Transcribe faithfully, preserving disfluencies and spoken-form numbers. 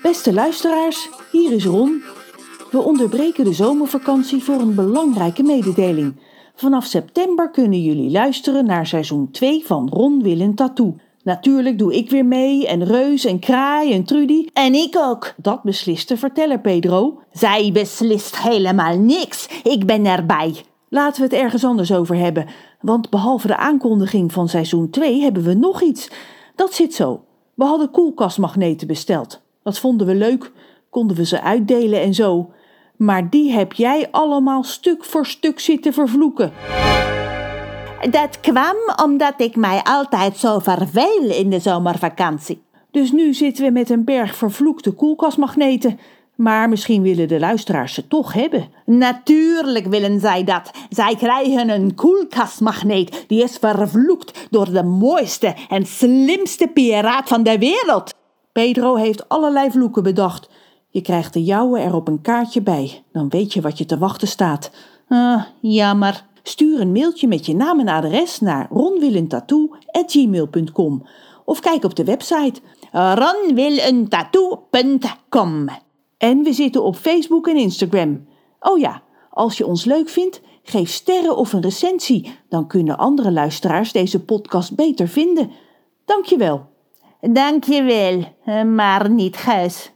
Beste luisteraars, hier is Ron. We onderbreken de zomervakantie voor een belangrijke mededeling. Vanaf september kunnen jullie luisteren naar seizoen twee van Ron wil een tattoo. Natuurlijk doe ik weer mee en Reus en Kraai en Trudy. En ik ook. Dat beslist de verteller Pedro. Zij beslist helemaal niks. Ik ben erbij. Laten we het ergens anders over hebben. Want behalve de aankondiging van seizoen twee hebben we nog iets. Dat zit zo. We hadden koelkastmagneten besteld. Dat vonden we leuk. Konden we ze uitdelen en zo. Maar die heb jij allemaal stuk voor stuk zitten vervloeken. Dat kwam omdat ik mij altijd zo verveel in de zomervakantie. Dus nu zitten we met een berg vervloekte koelkastmagneten. Maar misschien willen de luisteraars ze toch hebben. Natuurlijk willen zij dat. Zij krijgen een koelkastmagneet die is vervloekt door de mooiste en slimste piraat van de wereld. Pedro heeft allerlei vloeken bedacht. Je krijgt de jouwe er op een kaartje bij. Dan weet je wat je te wachten staat. Ah, jammer. Stuur een mailtje met je naam en adres naar ronwillentattoo at gmail punt com of kijk op de website ronwillentattoo punt com. En we zitten op Facebook en Instagram. Oh ja, als je ons leuk vindt, geef sterren of een recensie. Dan kunnen andere luisteraars deze podcast beter vinden. Dank je wel. Dank je wel, maar niet Gijs.